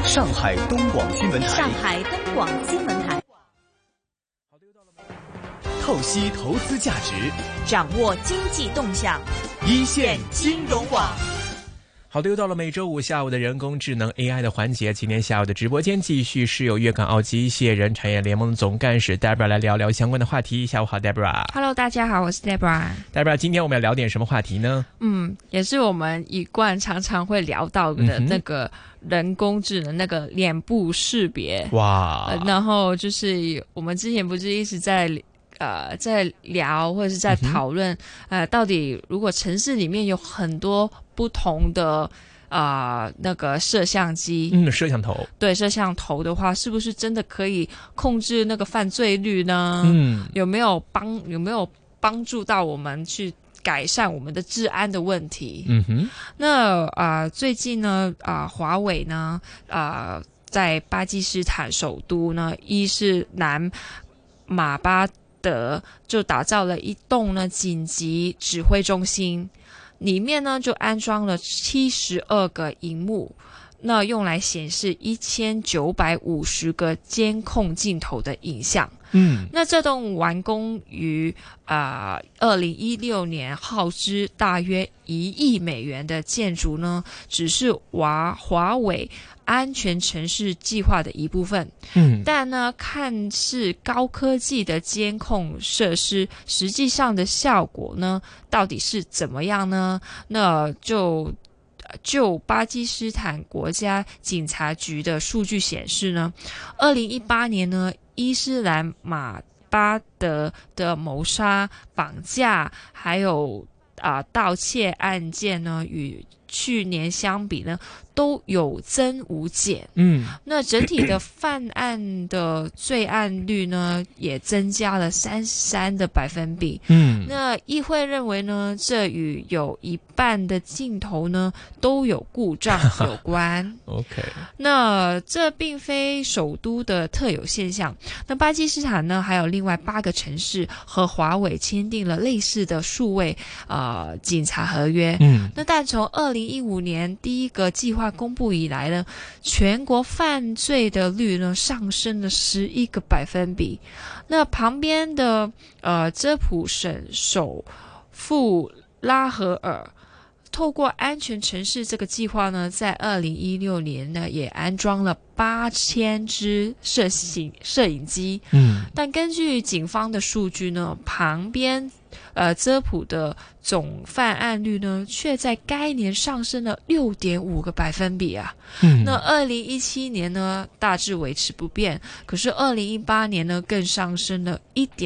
上海东广新闻台， 上海东广新闻台， 透析投资价值， 掌握经济动向， 一线金融网。 好的，又到了每周五下午的人工智能 AI 的环节。今天下午的直播间继续是由粤港澳机械人产业联盟总干事 Deborah 来聊聊相关的话题。下午好 ，Deborah。Hello， 大家好，我是 Deborah。Deborah， 今天我们要聊点什么话题呢？ 也是我们一贯常常会聊到的那个人工智能，那个脸部识别。哇，然后就是我们之前不是一直在聊或者是在讨论，到底如果城市里面有很多不同的那个摄像机， 摄像头， 对，摄像头的话，是不是真的可以控制那个犯罪率呢？有没有帮助到我们去改善我们的治安的问题？那最近呢，华为呢，在巴基斯坦首都呢伊斯兰马巴德就打造了一栋呢紧急指挥中心，里面呢就安装了72个萤幕，那用来显示1950个监控镜头的影像。那这栋完工于2016年，耗资大约1亿美元的建筑呢，只是华为安全城市计划的一部分。但呢，看似高科技的监控设施，实际上的效果呢，到底是怎么样呢？那就巴基斯坦国家警察局的数据显示呢，2018年呢，伊斯兰马巴德的谋杀、绑架还有盗窃案件呢，与去年相比呢，都有增无减。那整体的犯案的罪案率呢，也增加了33%。那议会认为呢，这与有一半的镜头呢都有故障有关。 OK， 那这并非首都的特有现象。那巴基斯坦呢，还有另外8个城市和华为签订了类似的数位警察合约。那但从2015年第一个计划公布以来呢，全国犯罪的率呢上升了11%。那旁边的遮普省首府拉合尔透过安全城市这个计划呢，在2016年呢也安装了8000只摄影机。但根据警方的数据呢，旁边遮普的总犯案率呢，却在该年上升了6.5%啊。那2017年呢，大致维持不变，可是2018年呢，更上升了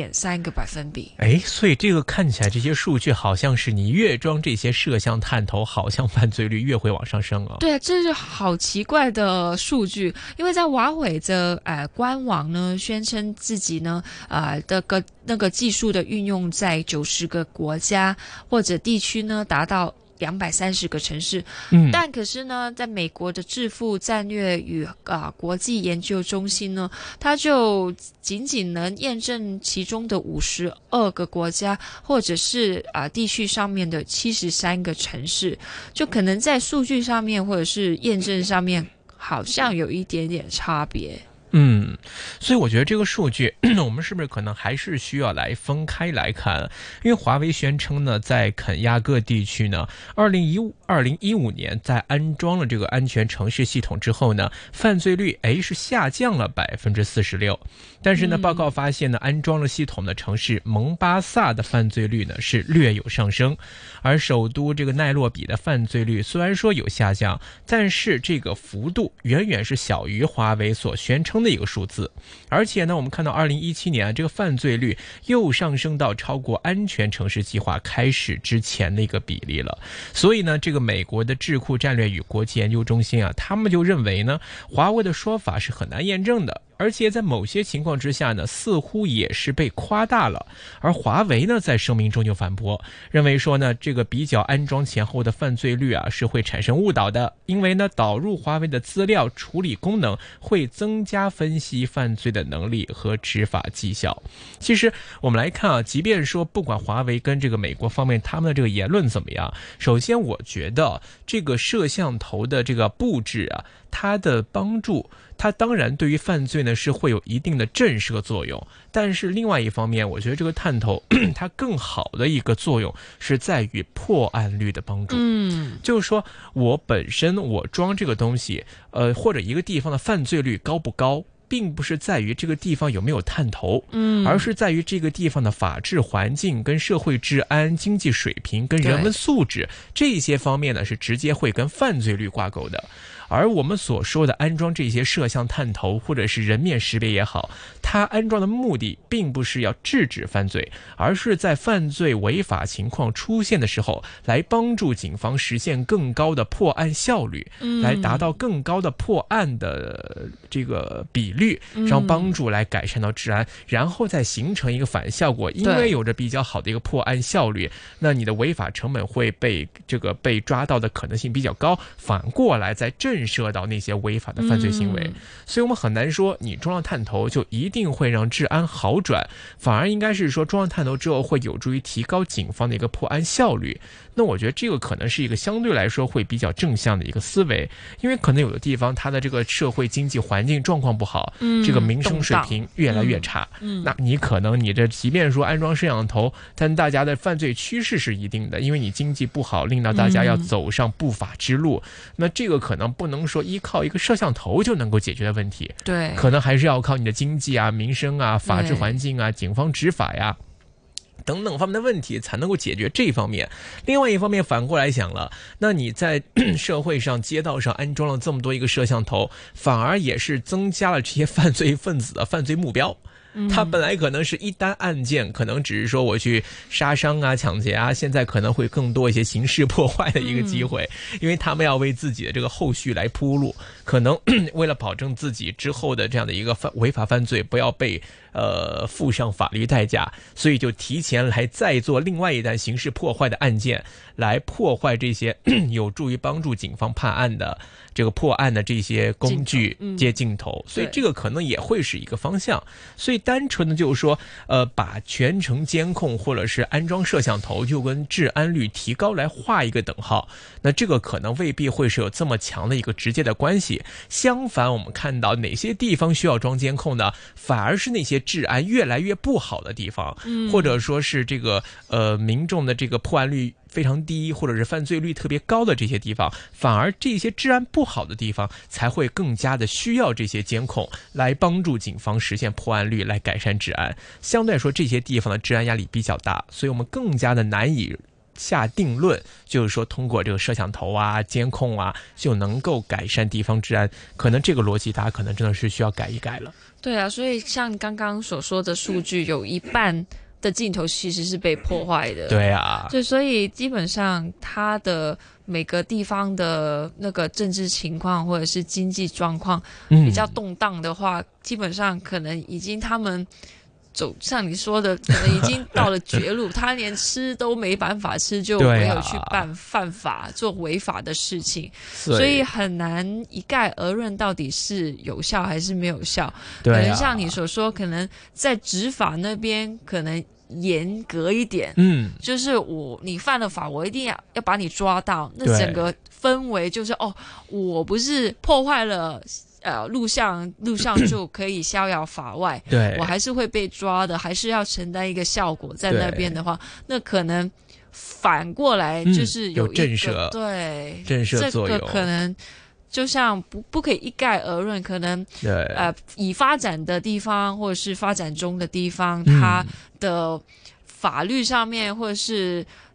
1.3%。 所以这个看起来这些数据好像是你越装这些摄像探头，好像犯罪率越会往上升啊。 对啊，这是好奇怪的数据，因为在华为的官网呢，宣称自己呢那个技术的运用在90个国家或者地区呢，达到230个城市。但可是呢，在美国的智库战略与国际研究中心呢，它就仅能验证其中的52个国家或者是地区上面的73个城市，就可能在数据上面或者是验证上面好像有一点点差别。 所以我觉得这个数据我们是不是可能还是需要来分开来看？因为华为宣称呢，在肯亚各地区呢，2015年在安装了这个安全城市系统之后呢，犯罪率是下降了46%。但是呢，报告发现呢，安装了系统的城市蒙巴萨的犯罪率呢是略有上升，而首都这个奈洛比的犯罪率虽然说有下降，但是这个幅度远远是小于华为所宣称的一个数字。而且呢，我们看到2017年这个犯罪率又上升到超过安全城市计划开始之前的一个比例了。所以呢，这个美国的智库战略与国际研究中心他们就认为呢，华为的说法是很难验证的， 而且在某些情况之下呢，似乎也是被夸大了。而华为呢，在声明中就反驳，认为说呢，这个比较安装前后的犯罪率啊，是会产生误导的，因为呢，导入华为的资料处理功能会增加分析犯罪的能力和执法绩效。其实我们来看啊，即便说不管华为跟这个美国方面他们的这个言论怎么样，首先我觉得这个摄像头的这个布置啊，它的帮助，它当然对于犯罪呢是会有一定的震慑作用，但是另外一方面，我觉得这个探头它更好的一个作用是在于破案率的帮助。就是说我本身我装这个东西，或者一个地方的犯罪率高不高，并不是在于这个地方有没有探头，而是在于这个地方的法治环境跟社会治安、经济水平跟人文素质这些方面呢，是直接会跟犯罪率挂钩的。而我们所说的安装这些摄像探头或者是人面识别也好，它安装的目的并不是要制止犯罪，而是在犯罪违法情况出现的时候，来帮助警方实现更高的破案效率，来达到更高的破案的这个比率，然后帮助来改善到治安，然后再形成一个反效果。因为有着比较好的一个破案效率，那你的违法成本会被抓到的可能性比较高，反过来再震慑到那些违法的犯罪行为。所以我们很难说你装了探头就一定会让治安好转，反而应该是说装了探头之后会有助于提高警方的一个破案效率。那我觉得这个可能是一个相对来说会比较正向的一个思维，因为可能有的地方它的这个社会经济环境状况不好，这个民生水平越来越差，那你可能你这即便说安装摄像头，但大家的犯罪趋势是一定的，因为你经济不好，令到大家要走上不法之路，那这个可能不能说依靠一个摄像头就能够解决的问题， 对， 可能还是要靠你的经济啊、民生啊、法治环境啊、警方执法呀等等方面的问题才能够解决这一方面。另外一方面反过来想了，那你在社会上街道上安装了这么多一个摄像头，反而也是增加了这些犯罪分子的犯罪目标。他本来可能是一单案件，可能只是说我去杀伤啊、抢劫啊，现在可能会更多一些刑事破坏的一个机会，因为他们要为自己的这个后续来铺路，可能为了保证自己之后的这样的一个违法犯罪不要被付上法律代价，所以就提前来再做另外一单刑事破坏的案件，来破坏这些有助于帮助警方判案的这个破案的这些工具镜头，所以这个可能也会是一个方向。所以单纯的就是说把全程监控或者是安装摄像头就跟治安率提高来画一个等号，那这个可能未必会是有这么强的一个直接的关系。相反，我们看到哪些地方需要装监控呢？反而是那些治安越来越不好的地方，或者说是这个民众的这个破案率非常低，或者是犯罪率特别高的这些地方，反而这些治安不好的地方才会更加的需要这些监控来帮助警方实现破案率，来改善治安。相对来说这些地方的治安压力比较大，所以我们更加的难以下定论，就是说通过这个摄像头啊、监控啊就能够改善地方治安，可能这个逻辑大家可能真的是需要改一改了。 对啊，所以像刚刚所说的数据，有一半的镜头其实是被破坏的。 对啊， 所以基本上它的每个地方的那个政治情况或者是经济状况比较动荡的话，基本上可能已经他们走像你说的，可能已经到了绝路，他连吃都没办法吃，就没有去犯法做违法的事情，所以很难一概而论到底是有效还是没有效。可能像你所说，可能在执法那边可能严格一点，就是你犯了法，我一定要把你抓到，那整个氛围就是我不是破坏了录像就可以逍遥法外，对，我还是会被抓的，还是要承担一个效果在那边的话，那可能反过来就是有一个震慑作用，这个可能就像不可以一概而论，可能已发展的地方或者是发展中的地方，它的法律上面或者是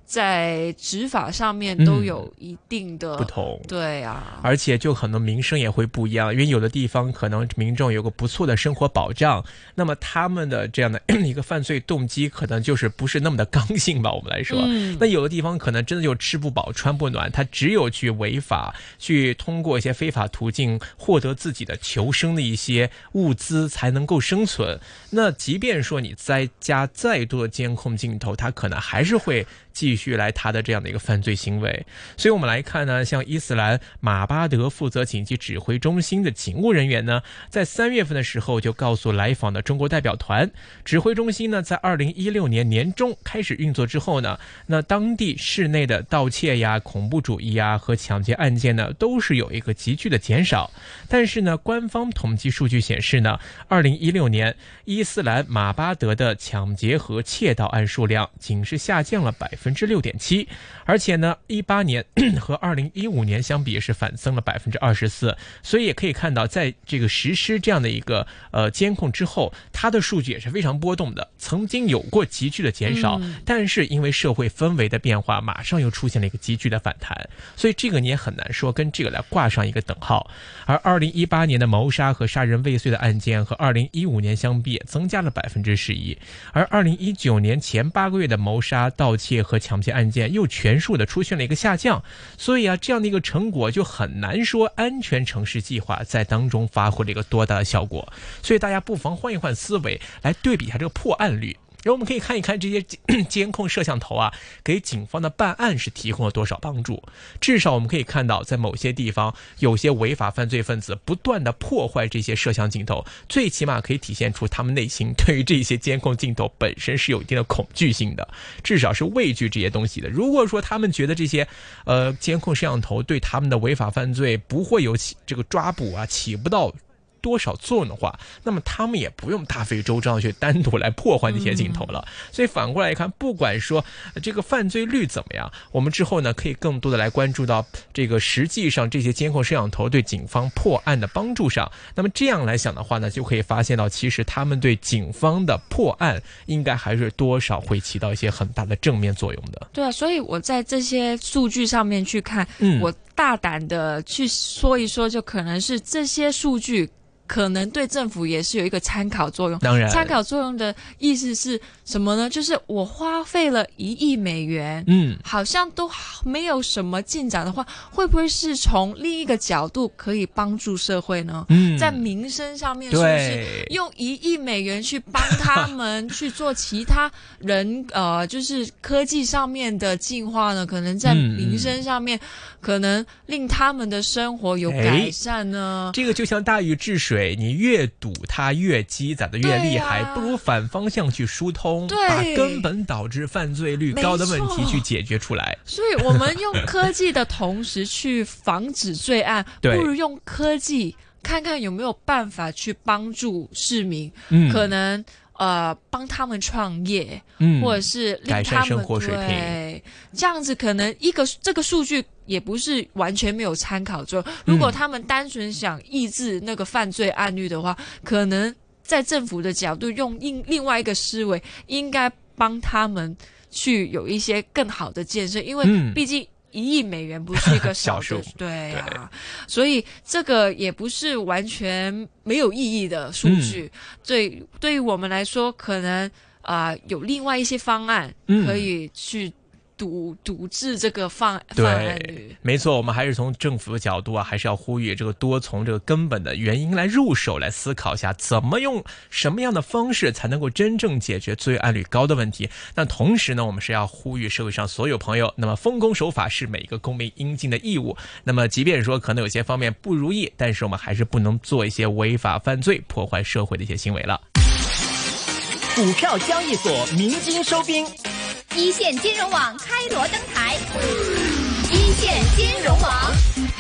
在执法上面都有一定的不同， 对啊， 而且就可能民生也会不一样，因为有的地方可能民众有个不错的生活保障，那么他们的这样的一个犯罪动机可能就是不是那么的刚性吧，我们来说，那有的地方可能真的就吃不饱穿不暖，他只有去违法，去通过一些非法途径获得自己的求生的一些物资才能够生存。那即便说你再加再多的监控镜头，他可能还是会继续来他的这样的一个犯罪行为。所以我们来看呢，像伊斯兰马巴德负责紧急指挥中心的警务人员呢，在3月份的时候就告诉来访的中国代表团，指挥中心呢在2016年年中开始运作之后呢，那当地市内的盗窃呀、恐怖主义呀和抢劫案件呢都是有一个急剧的减少。但是呢，官方统计数据显示呢，2016年伊斯兰马巴德的抢劫和窃盗案数量仅是下降了6.7%，而且呢18年和2015年相比也是反增了24%，所以也可以看到在这个实施这样的一个监控之后，它的数据也是非常波动的，曾经有过急剧的减少，但是因为社会氛围的变化，马上又出现了一个急剧的反弹，所以这个你也很难说跟这个来挂上一个等号。而2018年的谋杀和杀人未遂的案件和2015年相比也增加了11%，而2019年前8个月的谋杀、盗窃和抢劫案件又全数的出现了一个下降。所以啊，这样的一个成果就很难说安全城市计划在当中发挥了一个多大的效果。所以大家不妨换一换思维，来对比一下这个破案率。然后我们可以看一看这些监控摄像头啊，给警方的办案是提供了多少帮助。至少我们可以看到，在某些地方，有些违法犯罪分子不断的破坏这些摄像镜头，最起码可以体现出他们内心对于这些监控镜头本身是有一定的恐惧性的，至少是畏惧这些东西的。如果说他们觉得这些监控摄像头对他们的违法犯罪不会有这个抓捕啊，起不到多少作用的话，那么他们也不用大费周章去单独来破坏那些镜头了。所以反过来看，不管说这个犯罪率怎么样，我们之后呢可以更多的来关注到这个实际上这些监控摄像头对警方破案的帮助上。那么这样来想的话呢，就可以发现到其实他们对警方的破案应该还是多少会起到一些很大的正面作用的。 对啊，所以我在这些数据上面去看，我大胆的去说一说，就可能是这些数据可能对政府也是有一个参考作用。 当然， 参考作用的意思是什么呢？就是我花费了1亿美元，好像都没有什么进展的话，会不会是从另一个角度可以帮助社会呢？在民生上面，是不是用1亿美元去帮他们去做其他人就是科技上面的进化呢？可能在民生上面，可能令他们的生活有改善呢？ 这个就像大禹治水，你越堵它越积攒的越厉害，不如反方向去疏通，把根本导致犯罪率高的问题去解决出来。 所以我们用科技的同时去防止罪案，不如用科技看看有没有办法去帮助市民，可能帮他们创业，或者是令他们改善生活水平。 对，这样子可能这个数据也不是完全没有参考作用。如果他们单纯想抑制那个犯罪案率的话，可能在政府的角度用另外一个思维，应该帮他们去有一些更好的建设，因为毕竟1亿美元不是一个小数，对啊，所以这个也不是完全没有意义的数据。对于我们来说，可能有另外一些方案可以去堵制这个犯案率。 没错，我们还是从政府的角度啊，还是要呼吁这个多从这个根本的原因来入手，来思考一下怎么用什么样的方式才能够真正解决罪案率高的问题。那同时呢，我们是要呼吁社会上所有朋友，那么奉公守法是每一个公民应尽的义务。那么即便说可能有些方面不如意，但是我们还是不能做一些违法犯罪破坏社会的一些行为了。 股票交易所鸣金收兵， 一线金融网开锣登台，一线金融网。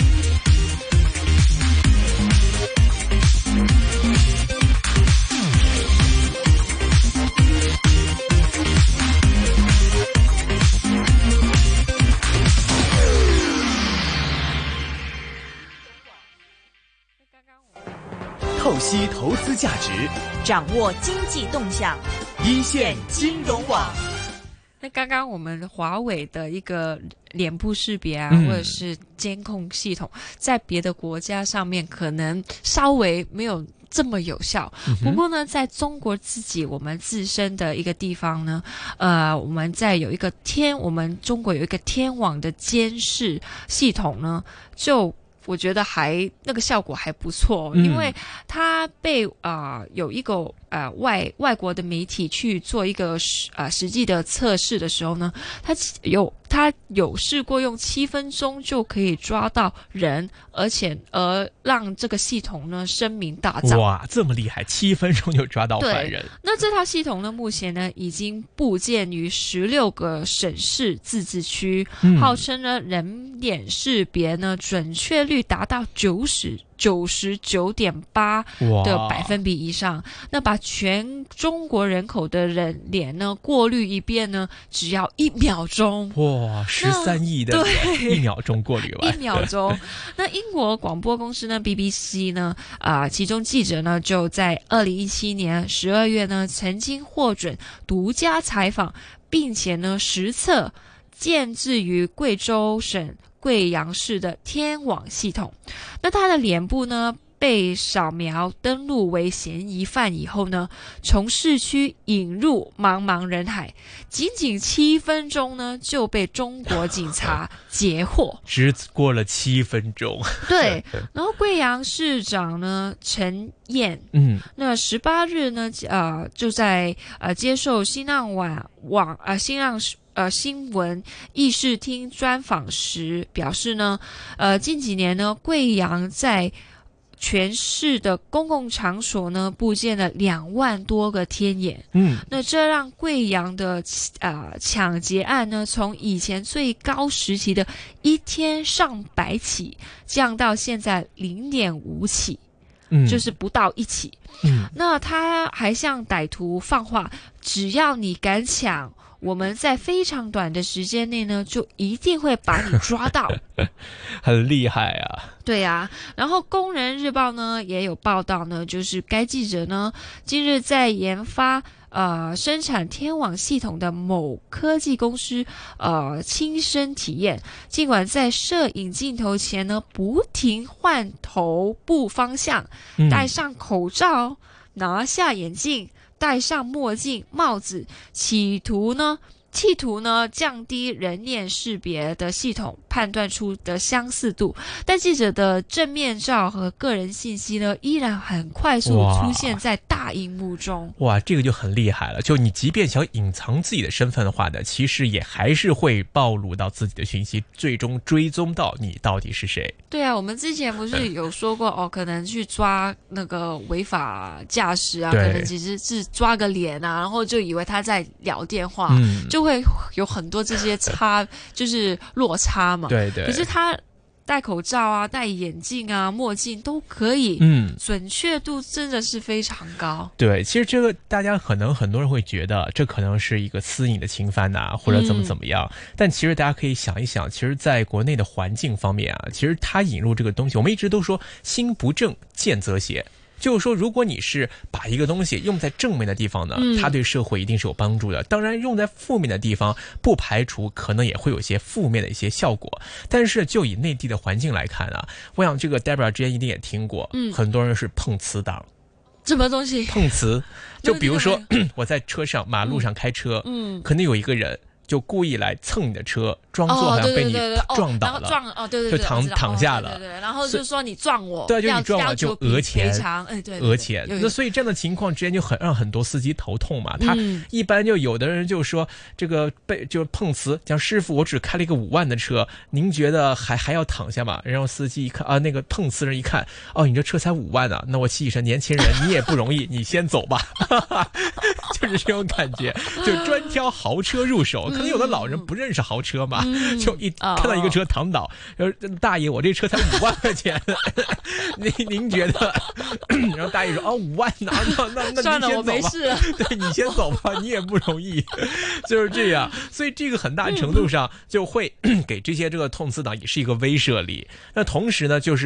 透析投资价值， 掌握经济动向， 一线金融网。 那刚刚我们华为的一个脸部识别啊，或者是监控系统，在别的国家上面可能稍微没有这么有效。不过呢，在中国我们自身的一个地方呢，我们中国有一个天网的监视系统呢，就我觉得那个效果还不错，因为它被有一个外国的媒体去做一个实际的测试的时候呢，它有试过用7分钟就可以抓到人，而让这个系统呢声名大噪。 哇，这么厉害，7分钟就抓到犯人。 那这套系统呢，目前呢已经布建于16个省市自治区，号称呢人脸识别呢准确率达到99.8%的百分比以上。那把全中国人口的人脸呢过滤一遍呢，只要1秒钟。 哇，13亿的1秒钟过滤完。 1秒钟。那英国广播公司呢 BBC 呢其中记者呢就在2017年12月呢曾经获准独家采访，并且呢实测建置于贵州省贵阳市的天网系统。那他的脸部呢被扫描登录为嫌疑犯以后呢，从市区引入茫茫人海，仅7分钟呢就被中国警察截获， 只过了7分钟。 对，然后贵阳市长呢陈燕，那18日呢就在接受新浪新闻议事厅专访时表示呢，近几年呢，贵阳在全市的公共场所呢布建了2万多个天眼，那这让贵阳的抢劫案呢从以前最高时期的1天上百起降到现在0.5起，就是不到1起。那他还向歹徒放话，只要你敢抢，我们在非常短的时间内呢，就一定会把你抓到。 很厉害啊！ 对啊，然后《工人日报》呢也有报道呢，就是该记者呢近日在研发生产天网系统的某科技公司亲身体验，尽管在摄影镜头前呢不停换头部方向，戴上口罩，拿下眼镜，戴上墨镜、帽子，企图呢降低人脸识别的系统判断出的相似度，但记者的正面照和个人信息呢依然很快速出现在大荧幕中。 哇，这个就很厉害了，就你即便想隐藏自己的身份的话呢，其实也还是会暴露到自己的讯息，最终追踪到你到底是谁。 对啊，我们之前不是有说过可能去抓那个违法驾驶啊，可能其实是抓个脸啊，然后就以为他在聊电话，就会有很多这些就是落差嘛。 对。 可是他戴口罩啊、戴眼镜啊、墨镜都可以，准确度真的是非常高。 对，其实这个大家可能很多人会觉得这可能是一个私隐的侵犯啊，或者怎么样，但其实大家可以想一想，其实在国内的环境方面啊，其实它引入这个东西，我们一直都说心不正见则邪。就是说，如果你是把一个东西用在正面的地方呢，它对社会一定是有帮助的。当然，用在负面的地方，不排除可能也会有些负面的一些效果。但是，就以内地的环境来看啊，我想这个 Deborah 之前一定也听过，很多人是碰瓷党。 什么东西？ 碰瓷，就比如说我在车上马路上开车，可能有一个人就故意来蹭你的车，装作好像被你撞倒了，就躺下了， 然后就说你撞我， 对，就你撞我就讹钱，讹钱。那所以这样的情况之间就让很多司机头痛嘛。他一般就有的人就说这个就碰瓷，讲师傅我只开了一个5万的车，您觉得还要躺下吗？然后司机一看那个碰瓷人一看，你这车才5万啊，那我气声年轻人你也不容易，你先走吧，就是这种感觉，就专挑豪车入手。可能有的老人不认识豪车嘛，就一看到一个车躺倒，大爷我这车才5万块钱，您觉得？然后大爷说5万呢，那算了，我没事了。 对，你先走吧，你也不容易，就是这样。所以这个很大程度上就会给这个碰瓷党也是一个威慑力。那同时呢，就是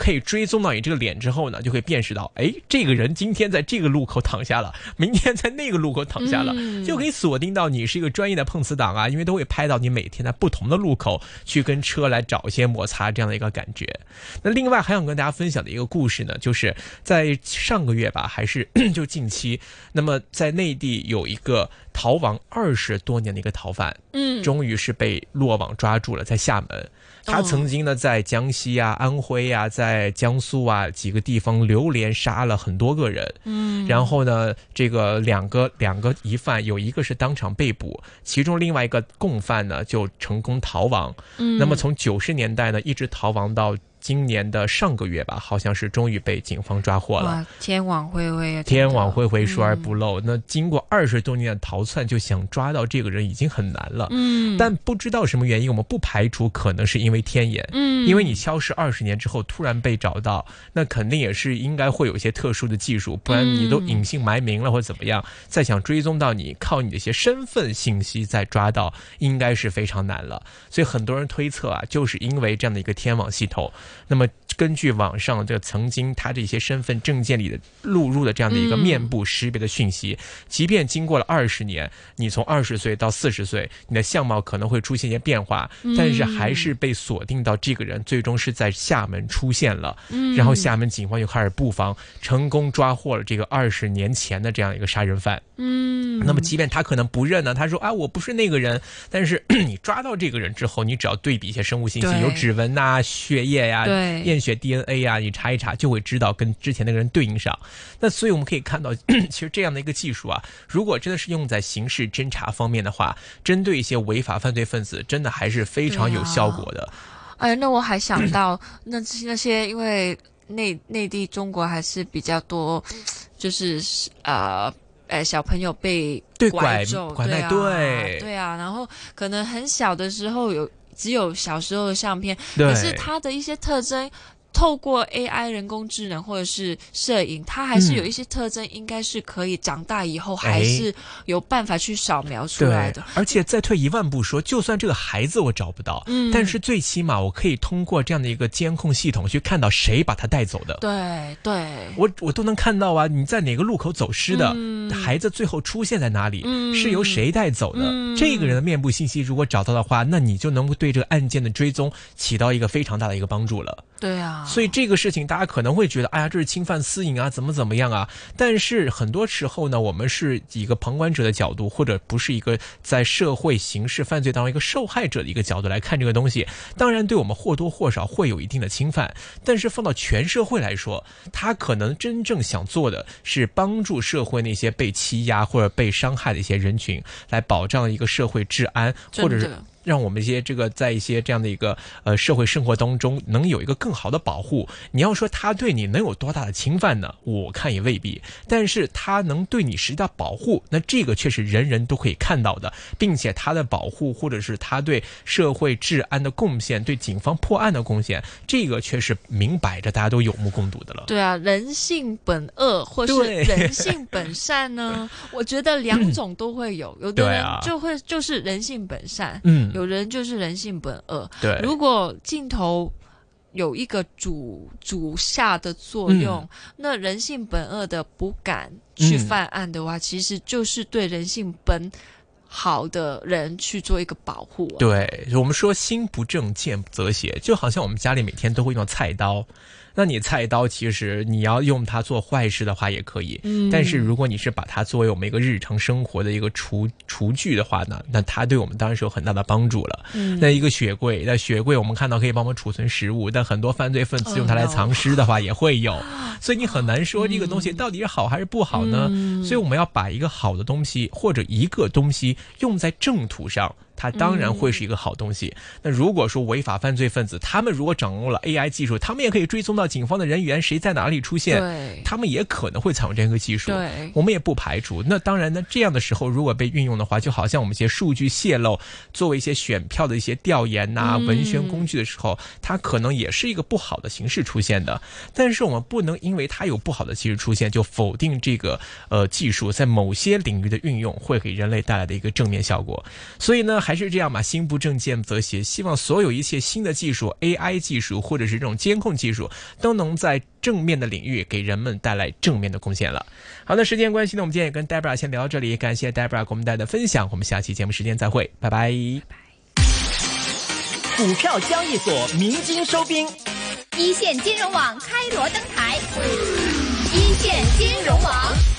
可以追踪到你这个脸之后呢，就可以辨识到，哎，这个人今天在这个路口躺下了，明天在那个路口躺下了，就可以锁定到你是一个专业的碰瓷党啊，因为都会拍到你每天在不同的路口去跟车来找一些摩擦这样的一个感觉。那另外还想跟大家分享的一个故事呢，就是在上个月吧，还是就近期，那么在内地有一个逃亡20多年的一个逃犯，终于是被落网抓住了，在厦门。他曾经呢在江西啊、安徽啊、在江苏啊几个地方流连杀了很多个人，然后呢这个两个疑犯，有一个是当场被捕，其中另外一个共犯呢就成功逃亡。那么从90年代呢一直逃亡到今年的上个月吧，好像是终于被警方抓获了。 哇，天网恢恢啊！ 天网恢恢，疏而不漏。那经过20多年的逃窜，就想抓到这个人已经很难了。但不知道什么原因，我们不排除可能是因为天眼。因为你消失20年之后突然被找到，那肯定也是应该会有一些特殊的技术，不然你都隐姓埋名了或者怎么样，再想追踪到你，靠你的一些身份信息再抓到，应该是非常难了。所以很多人推测啊，就是因为这样的一个天网系统。那么根据网上这曾经他这些身份证件里的录入的这样的一个面部识别的讯息，即便经过了20年，你从20岁到40岁，你的相貌可能会出现一些变化，但是还是被锁定到这个人最终是在厦门出现了，然后厦门警方又开始布防，成功抓获了这个20年前的这样一个杀人犯。那么即便他可能不认呢，他说啊我不是那个人，但是你抓到这个人之后，你只要对比一些生物信息，有指纹啊、血液呀、验血 DNA 啊，你查一查就会知道跟之前那个人对应上。那所以我们可以看到其实这样的一个技术啊，如果真的是用在刑事侦查方面的话，针对一些违法犯罪分子真的还是非常有效果的。 哎，那我还想到那些因为内地中国还是比较多，就是小朋友被拐卖，对啊，然后可能很小的时候只有小时候的相片，可是它的一些特征透过 AI 人工智能或者是摄影，它还是有一些特征应该是可以长大以后还是有办法去扫描出来的。 而且再退一万步说，就算这个孩子我找不到，但是最起码我可以通过这样的一个监控系统去看到谁把他带走的。 对， 我都能看到啊，你在哪个路口走失的，孩子最后出现在哪里，是由谁带走的，这个人的面部信息如果找到的话，那你就能够对这个案件的追踪起到一个非常大的一个帮助了。 对啊， 所以这个事情大家可能会觉得，哎呀，这是侵犯私隐啊，怎么样啊？但是很多时候呢，我们是以一个旁观者的角度，或者不是一个在社会刑事犯罪当中一个受害者的一个角度来看这个东西，当然对我们或多或少会有一定的侵犯。但是放到全社会来说，他可能真正想做的是帮助社会那些被欺压或者被伤害的一些人群，来保障一个社会治安，或者是让我们一些在一些这样的一个社会生活当中能有一个更好的保护。你要说他对你能有多大的侵犯呢？我看也未必，但是他能对你实际的保护，那这个却是人人都可以看到的，并且他的保护或者是他对社会治安的贡献，对警方破案的贡献，这个却是明摆着大家都有目共睹的了。 对啊，人性本恶或是人性本善呢，我觉得两种都会有，有的人就是人性本善，有人就是人性本恶。 对， 如果镜头有一个主下的作用，那人性本恶的不敢去犯案的话，其实就是对人性本好的人去做一个保护。 对，我们说心不正见则邪，就好像我们家里每天都会用菜刀，那你菜刀其实你要用它做坏事的话也可以，但是如果你是把它作为我们一个日常生活的一个厨具的话呢，那它对我们当然是有很大的帮助了。那一个雪柜，那雪柜我们看到可以帮我们储存食物，但很多犯罪分子用它来藏尸的话也会有，所以你很难说这个东西到底是好还是不好呢？所以我们要把一个好的东西或者一个东西用在正途上，它当然会是一个好东西。那如果说违法犯罪分子他们如果掌握了 AI 技术，他们也可以追踪到警方的人员谁在哪里出现，他们也可能会采用这样一个技术，我们也不排除。那当然呢，这样的时候如果被运用的话，就好像我们一些数据泄露作为一些选票的一些调研啊、文宣工具的时候，它可能也是一个不好的形式出现的。但是我们不能因为它有不好的形式出现就否定这个技术在某些领域的运用会给人类带来的一个正面效果。所以呢还还是这样嘛，心不正见则邪，希望所有一切新的技术 AI 技术或者是这种监控技术都能在正面的领域给人们带来正面的贡献了。好的，时间关系呢，我们今天也跟 Deborah 先聊到这里，感谢 Deborah 给我们带来的分享，我们下期节目时间再会，拜拜。 股票交易所鸣金收兵， 一线金融网开锣登台，一线金融网。